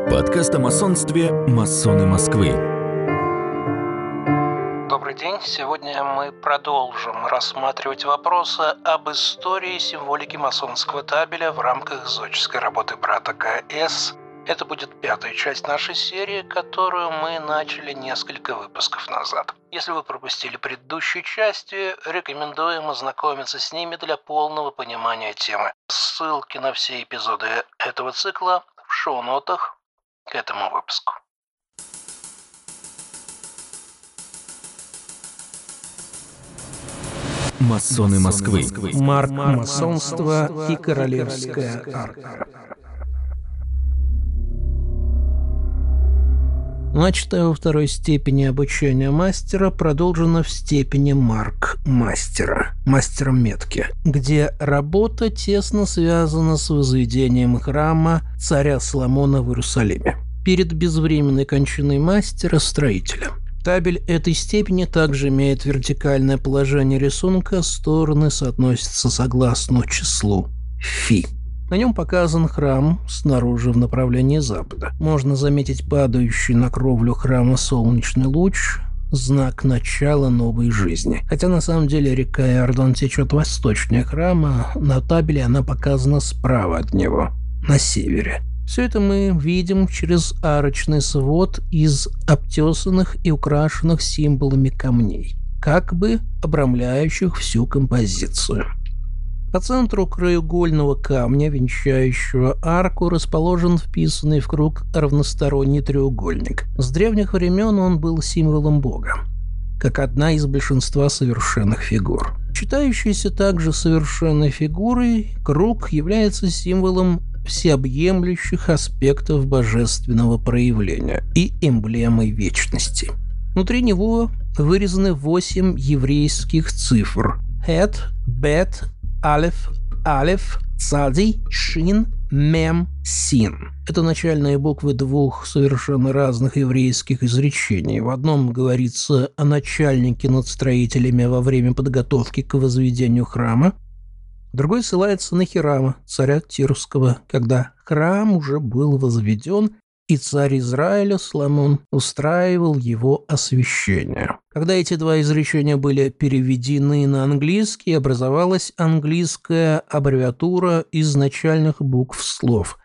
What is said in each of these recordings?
Подкаст о масонстве «Масоны Москвы». Добрый день. Сегодня мы продолжим рассматривать вопросы об истории и символике масонского табеля в рамках зодческой работы брата К.С. Это будет 5-я часть нашей серии, которую мы начали несколько выпусков назад. Если вы пропустили предыдущие части, рекомендуем ознакомиться с ними для полного понимания темы. Ссылки на все эпизоды этого цикла в шоу-нотах к этому выпуску. Масоны Москвы. Марк масонства и королевская арка. Начатое во второй степени обучения мастера продолжено в степени марк-мастера, мастером метки, где работа тесно связана с возведением храма царя Соломона в Иерусалиме перед безвременной кончиной мастера-строителя. Табель этой степени также имеет вертикальное положение рисунка, стороны соотносятся согласно числу фи. На нем показан храм снаружи в направлении запада. Можно заметить падающий на кровлю храма солнечный луч, знак начала новой жизни. Хотя на самом деле река Иордан течет восточнее храма, на табеле она показана справа от него, на севере. Все это мы видим через арочный свод из обтесанных и украшенных символами камней, как бы обрамляющих всю композицию. По центру краеугольного камня, венчающего арку, расположен вписанный в круг равносторонний треугольник. С древних времен он был символом Бога, как одна из большинства совершенных фигур. Считающийся также совершенной фигурой, круг является символом всеобъемлющих аспектов божественного проявления и эмблемой вечности. Внутри него вырезаны 8 еврейских цифр – Хет, Бет, Алеф, Алеф, Цади, Шин, Мем, Син. Это начальные буквы двух совершенно разных еврейских изречений. В одном говорится о начальнике над строителями во время подготовки к возведению храма, другой ссылается на Хирама, царя Тирского, когда храм уже был возведен, и царь Израиля Соломон устраивал его освящение. Когда эти два изречения были переведены на английский, образовалась английская аббревиатура из начальных букв слов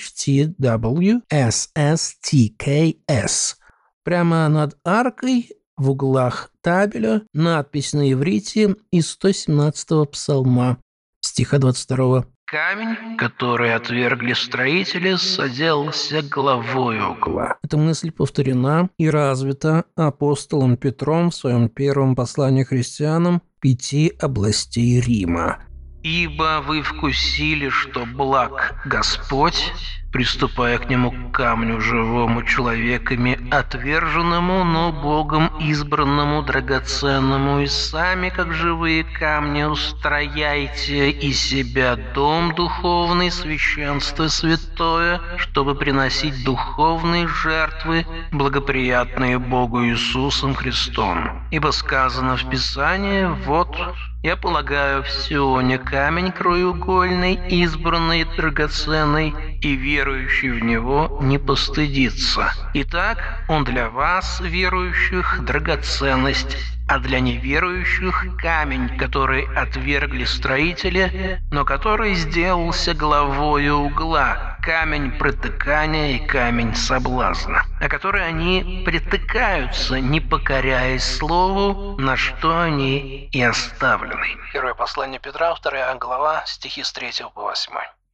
HTWSSTKS. Прямо над аркой в углах табеля надпись на иврите из 117-го псалма, стиха 22. «Камень, который отвергли строители, соделался главой угла». Эта мысль повторена и развита апостолом Петром в своем первом послании христианам 5 областей Рима. «Ибо вы вкусили, что благ Господь, приступая к нему к камню живому человеками отверженному, но Богом избранному, драгоценному, и сами, как живые камни, устрояйте из себя дом духовный, священство святое, чтобы приносить духовные жертвы, благоприятные Богу Иисусом Христом. Ибо сказано в Писании: вот, я полагаю в Сионе камень краеугольный, избранный и драгоценный, и верующий в него не постыдится. Итак, он для вас, верующих, драгоценность, а для неверующих камень, который отвергли строители, но который сделался главою угла, камень притыкания и камень соблазна, о который они притыкаются, не покоряясь слову, на что они и оставлены». Первое послание Петра, 2 глава, стихи с 3 по 8.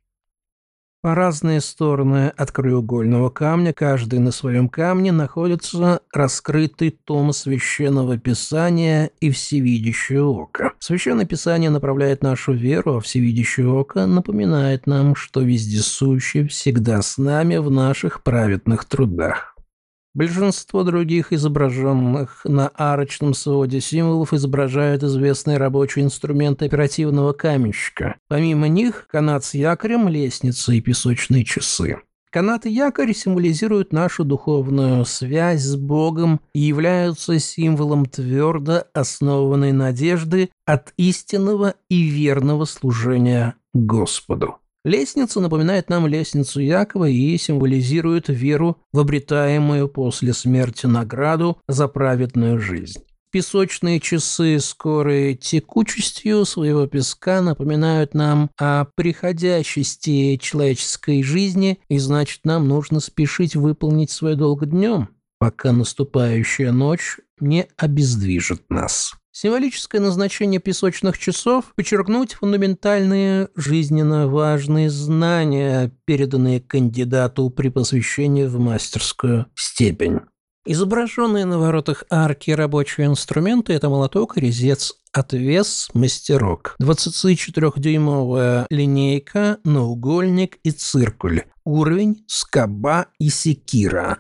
По разные стороны от краеугольного камня, каждый на своем камне, находится раскрытый том Священного Писания и Всевидящее Око. Священное Писание направляет нашу веру, а Всевидящее Око напоминает нам, что вездесущий всегда с нами в наших праведных трудах. Большинство других изображенных на арочном своде символов изображают известные рабочие инструменты оперативного каменщика. Помимо них, канат с якорем, лестница и песочные часы. Канат и якорь символизируют нашу духовную связь с Богом и являются символом твердо основанной надежды от истинного и верного служения Господу. Лестница напоминает нам лестницу Якова и символизирует веру в обретаемую после смерти награду за праведную жизнь. Песочные часы скорой текучестью своего песка напоминают нам о приходящести человеческой жизни, и значит, нам нужно спешить выполнить свой долг днем, пока наступающая ночь не обездвижит нас. Символическое назначение песочных часов – подчеркнуть фундаментальные жизненно важные знания, переданные кандидату при посвящении в мастерскую степень. Изображенные на воротах арки рабочие инструменты – это молоток, резец, отвес, мастерок, 24-дюймовая линейка, наугольник и циркуль, уровень, скоба и секира.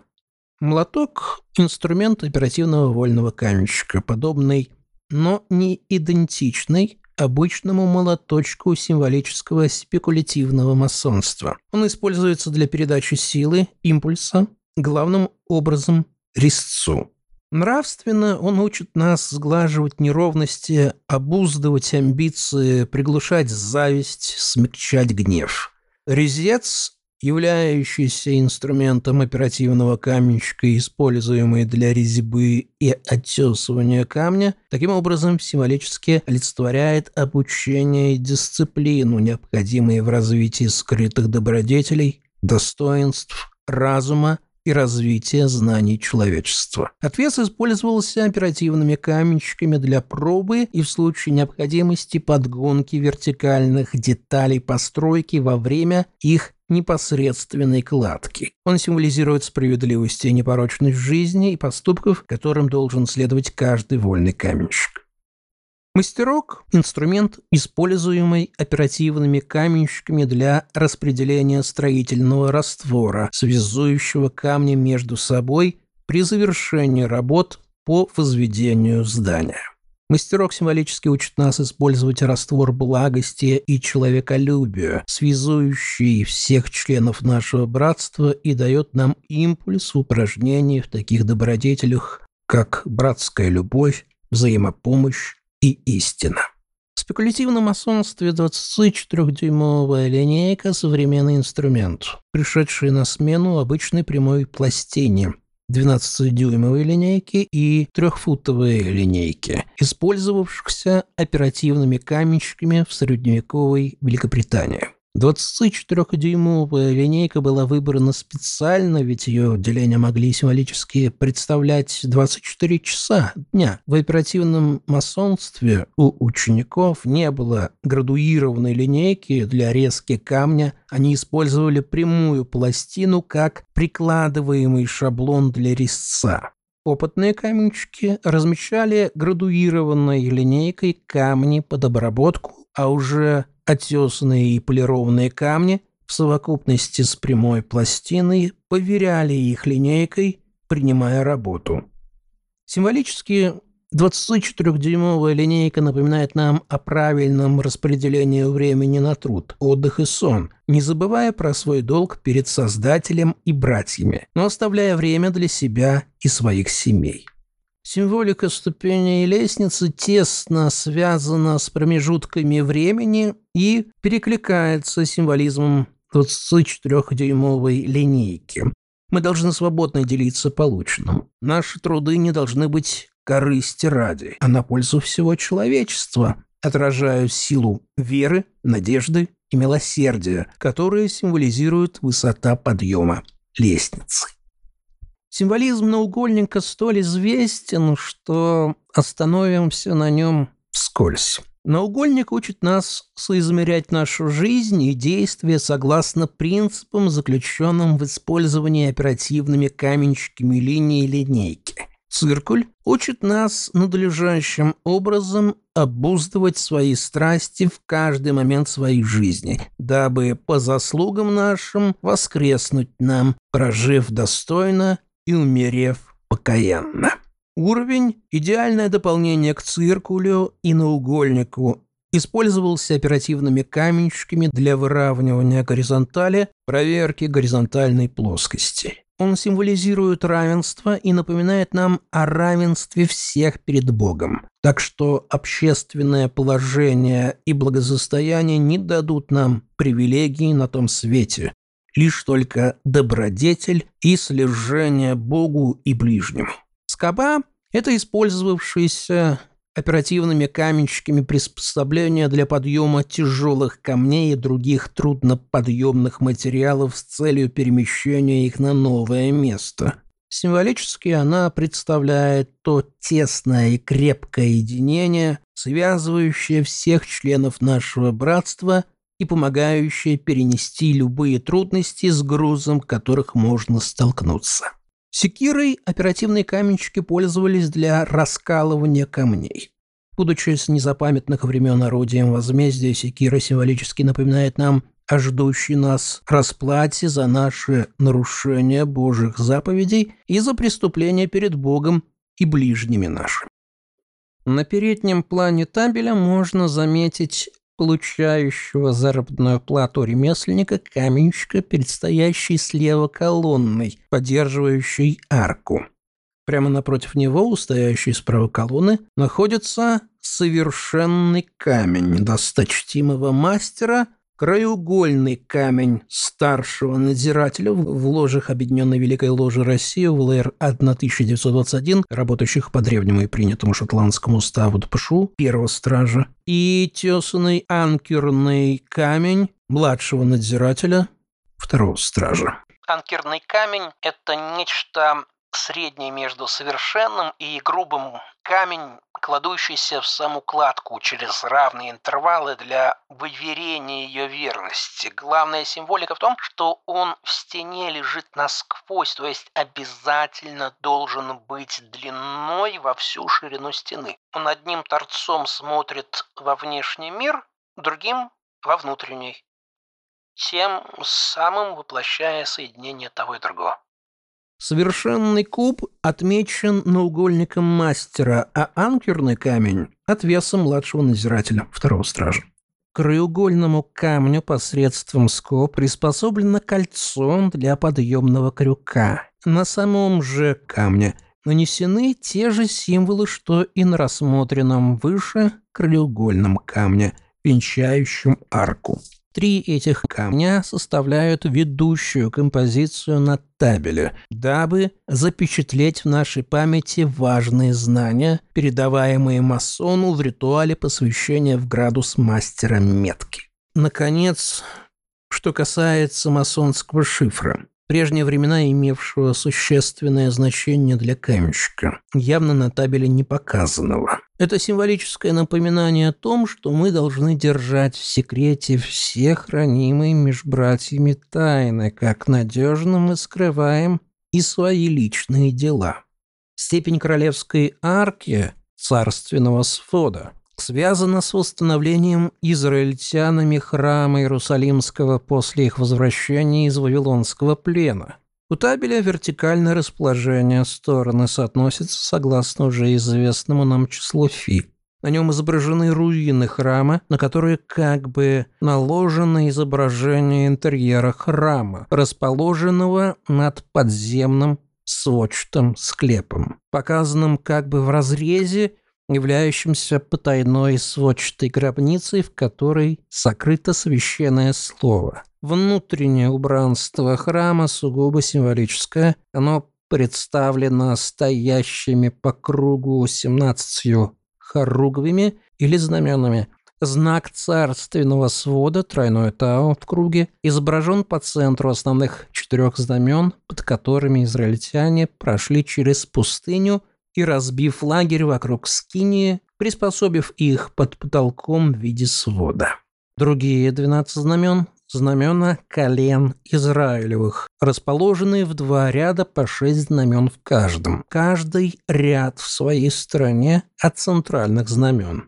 Молоток – инструмент оперативного вольного каменщика, подобный, но не идентичный обычному молоточку символического спекулятивного масонства. Он используется для передачи силы, импульса, главным образом резцу. Нравственно он учит нас сглаживать неровности, обуздывать амбиции, приглушать зависть, смягчать гнев. Резец, являющийся инструментом оперативного каменщика, используемый для резьбы и оттесывания камня, таким образом символически олицетворяет обучение и дисциплину, необходимые в развитии скрытых добродетелей, достоинств, разума и развития знаний человечества. Отвес использовался оперативными каменщиками для пробы и в случае необходимости подгонки вертикальных деталей постройки во время их непосредственной кладки. Он символизирует справедливость и непорочность жизни и поступков, которым должен следовать каждый вольный каменщик. Мастерок – инструмент, используемый оперативными каменщиками для распределения строительного раствора, связующего камни между собой при завершении работ по возведению здания. Мастерок символически учит нас использовать раствор благости и человеколюбия, связующий всех членов нашего братства и дает нам импульс в упражнении в таких добродетелях, как братская любовь, взаимопомощь и истина. В спекулятивном масонстве 24-дюймовая линейка – современный инструмент, пришедший на смену обычной прямой пластине, 12-дюймовой линейки и 3-футовой линейки, использовавшихся оперативными каменщиками в средневековой Великобритании. 24-дюймовая линейка была выбрана специально, ведь ее деления могли символически представлять 24 часа дня. В оперативном масонстве у учеников не было градуированной линейки для резки камня, они использовали прямую пластину как прикладываемый шаблон для резца. Опытные каменщики размечали градуированной линейкой камни под обработку, а уже отесанные и полированные камни в совокупности с прямой пластиной поверяли их линейкой, принимая работу. Символически 24-дюймовая линейка напоминает нам о правильном распределении времени на труд, отдых и сон, не забывая про свой долг перед Создателем и братьями, но оставляя время для себя и своих семей. Символика ступеней лестницы тесно связана с промежутками времени и перекликается с символизмом 24-дюймовой линейки. Мы должны свободно делиться полученным. Наши труды не должны быть корысти ради, а на пользу всего человечества, отражая силу веры, надежды и милосердия, которые символизируют высота подъема лестницы. Символизм наугольника столь известен, что остановимся на нем вскользь. Наугольник учит нас соизмерять нашу жизнь и действия согласно принципам, заключенным в использовании оперативными каменщиками линии линейки. Циркуль учит нас надлежащим образом обуздывать свои страсти в каждый момент своей жизни, дабы по заслугам нашим воскреснуть нам, прожив достойно и умерев покаянно. Уровень – идеальное дополнение к циркулю и наугольнику. Использовался оперативными каменщиками для выравнивания горизонтали, проверки горизонтальной плоскости. Он символизирует равенство и напоминает нам о равенстве всех перед Богом. Так что общественное положение и благосостояние не дадут нам привилегий на том свете. Лишь только добродетель и служение Богу и ближнему. Скоба – это использовавшиеся оперативными каменщиками приспособления для подъема тяжелых камней и других трудноподъемных материалов с целью перемещения их на новое место. Символически она представляет то тесное и крепкое единение, связывающее всех членов нашего братства и помогающее перенести любые трудности с грузом, которых можно столкнуться. Секирой оперативные каменщики пользовались для раскалывания камней. Будучи с незапамятных времен орудием возмездия, секира символически напоминает нам о ждущей нас расплате за наши нарушения Божьих заповедей и за преступления перед Богом и ближними нашими. На переднем плане табеля можно заметить получающего заработную плату ремесленника каменщика перед стоящей слева колонной, поддерживающей арку. Прямо напротив него, у стоящей справа колонны, находится совершенный камень досточтимого мастера, краеугольный камень старшего надзирателя в ложах Объединенной Великой Ложи России УЛР 1921, работающих по древнему и принятому шотландскому уставу ДПШУ, первого стража, и тесанный анкерный камень младшего надзирателя, второго стража. Анкерный камень – это нечто среднее между совершенным и грубым. Камень, кладущийся в саму кладку через равные интервалы для выверения ее верности. Главная символика в том, что он в стене лежит насквозь, то есть обязательно должен быть длиной во всю ширину стены. Он одним торцом смотрит во внешний мир, другим – во внутренний, тем самым воплощая соединение того и другого. Совершенный куб отмечен наугольником мастера, а анкерный камень – отвесом младшего надзирателя, второго стража. К краеугольному камню посредством скоб приспособлено кольцо для подъемного крюка. На самом же камне нанесены те же символы, что и на рассмотренном выше краеугольном камне, венчающем арку. 3 этих камня составляют ведущую композицию на табеле, дабы запечатлеть в нашей памяти важные знания, передаваемые масону в ритуале посвящения в градус мастера метки. Наконец, что касается масонского шифра, в прежние времена имевшего существенное значение для каменщика, явно на табеле не показанного. Это символическое напоминание о том, что мы должны держать в секрете все хранимые меж братьями тайны, как надежно мы скрываем и свои личные дела. Степень королевской арки, царственного свода, связана с восстановлением израильтянами храма Иерусалимского после их возвращения из Вавилонского плена. У табеля вертикальное расположение стороны соотносится согласно уже известному нам числу фи. На нем изображены руины храма, на которые как бы наложено изображение интерьера храма, расположенного над подземным сводчатым склепом, показанным как бы в разрезе, являющимся потайной сводчатой гробницей, в которой сокрыто священное слово. Внутреннее убранство храма сугубо символическое. Оно представлено стоящими по кругу 17 хоругвями или знаменами. Знак царственного свода, тройное тау в круге, изображен по центру основных 4 знамен, под которыми израильтяне прошли через пустыню и, разбив лагерь вокруг Скинии, приспособив их под потолком в виде свода. Другие 12 знамен – знамена колен Израилевых, расположенные в 2 ряда по 6 знамен в каждом. Каждый ряд в своей стороне от центральных знамен.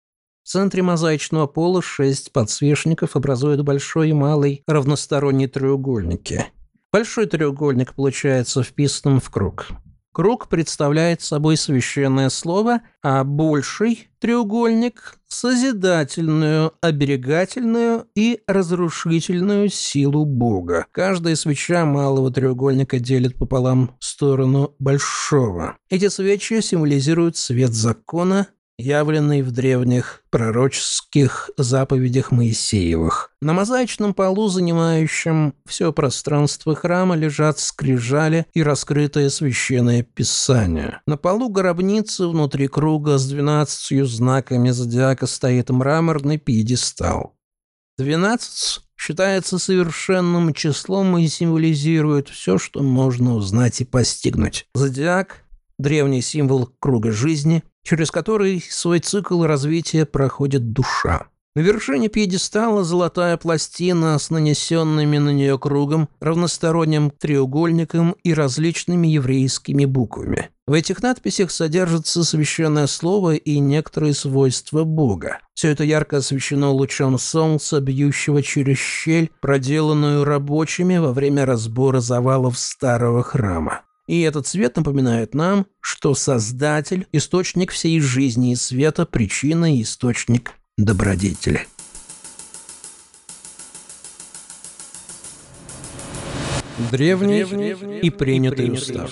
В центре мозаичного пола 6 подсвечников образуют большой и малый равносторонние треугольники. Большой треугольник получается вписанным в круг. Круг представляет собой священное слово, а больший треугольник – созидательную, оберегательную и разрушительную силу Бога. Каждая свеча малого треугольника делит пополам сторону большого. Эти свечи символизируют свет закона, явленный в древних пророческих заповедях Моисеевых. На мозаичном полу, занимающем все пространство храма, лежат скрижали и раскрытое священное писание. На полу гробницы внутри круга с 12 знаками зодиака стоит мраморный пьедестал. 12 считается совершенным числом и символизирует все, что можно узнать и постигнуть. Зодиак – древний символ круга жизни, через который свой цикл развития проходит душа. На вершине пьедестала золотая пластина с нанесенными на нее кругом, равносторонним треугольником и различными еврейскими буквами. В этих надписях содержится священное слово и некоторые свойства Бога. Все это ярко освещено лучом солнца, бьющего через щель, проделанную рабочими во время разбора завалов старого храма. И этот свет напоминает нам, что Создатель – источник всей жизни и света, причина и источник добродетели. Древний и принятый устав.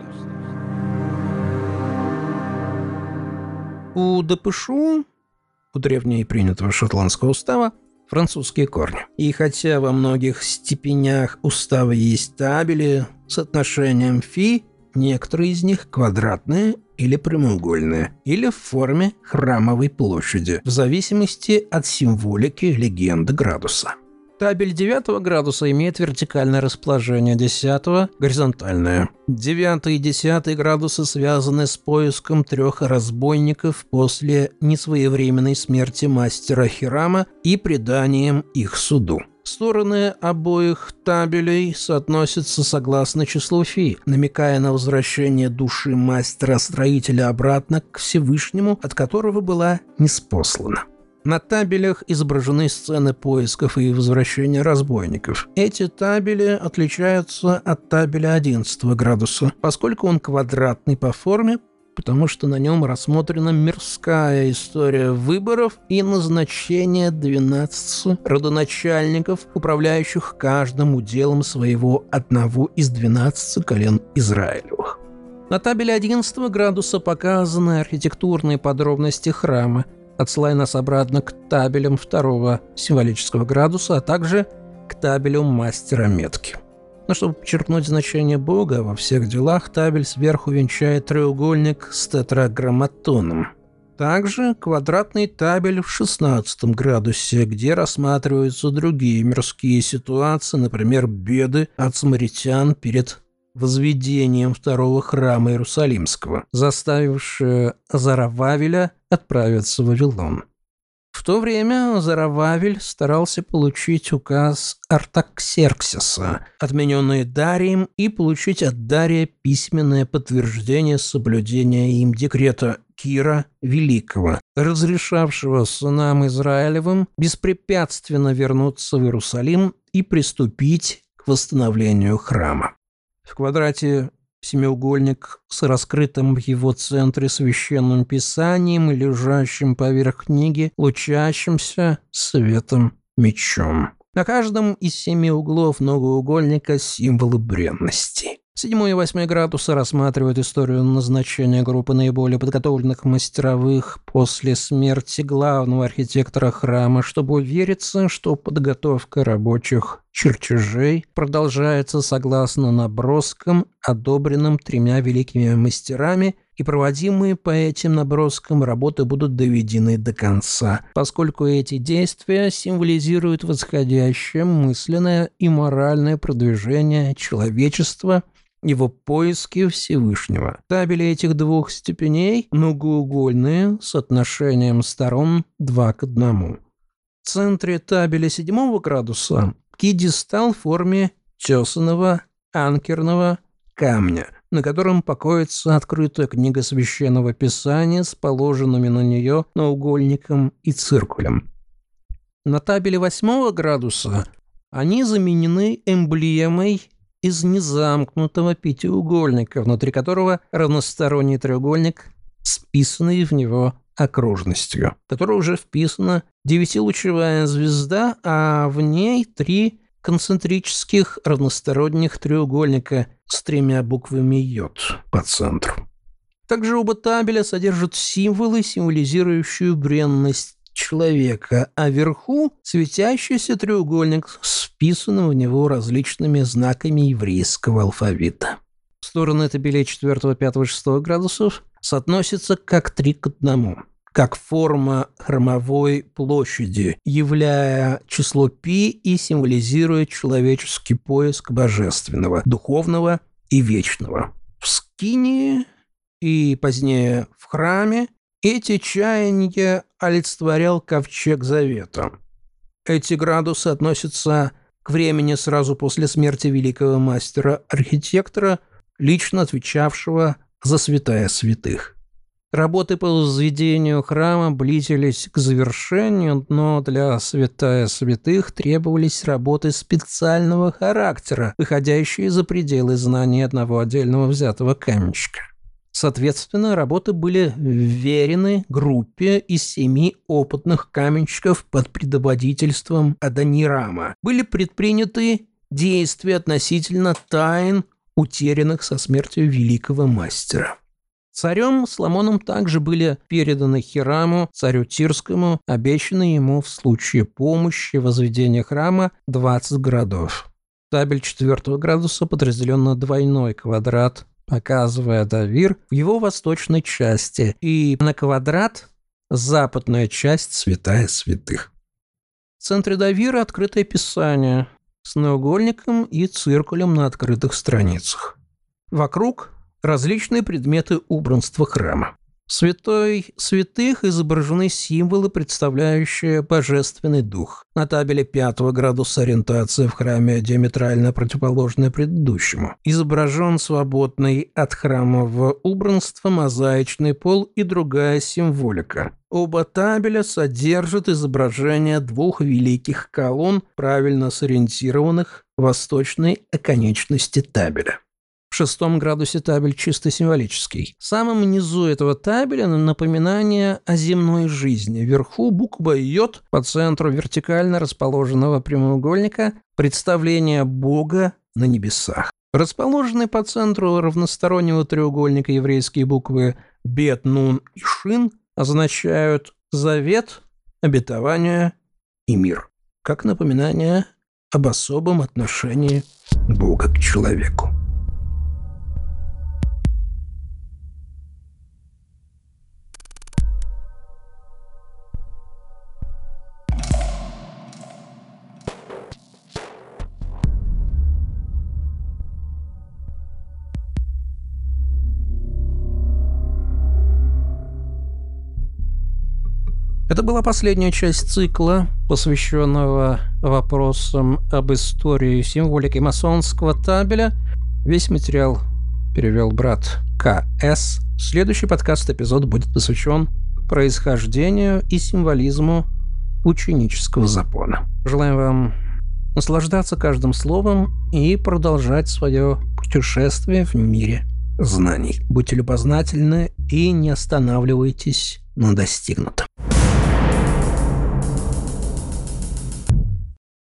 У ДПШУ, у древнего и принятого шотландского устава, французские корни. И хотя во многих степенях устава есть табели с отношением фи, некоторые из них квадратные или прямоугольные, или в форме храмовой площади, в зависимости от символики легенды градуса. Табель 9 градуса имеет вертикальное расположение, 10 – горизонтальное. 9 и 10 градусы связаны с поиском 3 разбойников после несвоевременной смерти мастера Хирама и преданием их суду. Стороны обоих табелей соотносятся согласно числу фи, намекая на возвращение души мастера-строителя обратно к Всевышнему, от которого была ниспослана. На табелях изображены сцены поисков и возвращения разбойников. Эти табели отличаются от табеля 11 градуса, поскольку он квадратный по форме, потому что на нем рассмотрена мирская история выборов и назначения 12 родоначальников, управляющих каждым уделом своего одного из 12 колен Израилевых. На табеле 11 градуса показаны архитектурные подробности храма, отсылая нас обратно к табелям 2 символического градуса, а также к табелю мастера метки. Но чтобы подчеркнуть значение Бога во всех делах, табель сверху венчает треугольник с тетраграмматоном. Также квадратный табель в 16 градусе, где рассматриваются другие мирские ситуации, например, беды от самаритян перед возведением второго храма Иерусалимского, заставившие Зоровавеля отправиться в Вавилон. В то время Зоровавель старался получить указ Артаксерксиса, отмененный Дарием, и получить от Дария письменное подтверждение соблюдения им декрета Кира Великого, разрешавшего сынам Израилевым беспрепятственно вернуться в Иерусалим и приступить к восстановлению храма. В квадрате семиугольник с раскрытым в его центре священным писанием и лежащим поверх книги лучащимся светом мечом. На каждом из 7 углов многоугольника символы бренности. 7 и 8 градусы рассматривают историю назначения группы наиболее подготовленных мастеровых после смерти главного архитектора храма, чтобы увериться, что подготовка рабочих чертежей продолжается согласно наброскам, одобренным 3 великими мастерами, и проводимые по этим наброскам работы будут доведены до конца, поскольку эти действия символизируют восходящее мысленное и моральное продвижение человечества, его поиски Всевышнего. Табели этих 2 степеней многоугольные с отношением сторон 2 к 1. В центре табеля 7 градуса пьедестал в форме тесаного анкерного камня, на котором покоится открытая книга Священного Писания с положенными на нее наугольником и циркулем. На табеле 8 градуса они заменены эмблемой из незамкнутого пятиугольника, внутри которого равносторонний треугольник, списанный в него окружностью, в которой уже вписана девятилучевая звезда, а в ней 3 концентрических равносторонних треугольника с 3 буквами йод по центру. Также оба табеля содержат символы, символизирующие бренность человека, а вверху светящийся треугольник с вписанным в него различными знаками еврейского алфавита. Стороны табелей 4, 5, 6 градусов соотносятся как 3 к 1, как форма хромовой площади, являя число π и символизируя человеческий поиск божественного, духовного и вечного. В скинии и позднее в храме эти чаяния олицетворял ковчег завета. Эти градусы относятся к времени сразу после смерти великого мастера-архитектора, лично отвечавшего за святая святых. Работы по возведению храма близились к завершению, но для святая святых требовались работы специального характера, выходящие за пределы знаний одного отдельного взятого каменщика. Соответственно, работы были вверены группе из 7 опытных каменщиков под предводительством Адонирама. Были предприняты действия относительно тайн, утерянных со смертью великого мастера. Царем Соломоном также были переданы Хираму, царю Тирскому, обещанные ему в случае помощи в возведении храма 20 городов. Табель 4 градуса подразделен на двойной квадрат, показывая Давир в его восточной части, и на квадрат западная часть святая святых. В центре Давира открытое писание с наугольником и циркулем на открытых страницах. Вокруг различные предметы убранства храма. В святой святых изображены символы, представляющие божественный дух. На табеле 5 градуса ориентация в храме диаметрально противоположная предыдущему. Изображен свободный от храмового убранства мозаичный пол и другая символика. Оба табеля содержат изображение 2 великих колонн, правильно сориентированных в восточной оконечности табеля. В 6 градусе табель чисто символический. В самом низу этого табеля напоминание о земной жизни. Вверху буква йод, по центру вертикально расположенного прямоугольника представление Бога на небесах. Расположенные по центру равностороннего треугольника еврейские буквы бет, нун и шин означают завет, обетование и мир, как напоминание об особом отношении Бога к человеку. Это была последняя часть цикла, посвященного вопросам об истории символики масонского табеля. Весь материал перевел брат К.С. Следующий подкаст-эпизод будет посвящен происхождению и символизму ученического закона. Желаем вам наслаждаться каждым словом и продолжать свое путешествие в мире знаний. Будьте любознательны и не останавливайтесь на достигнутом.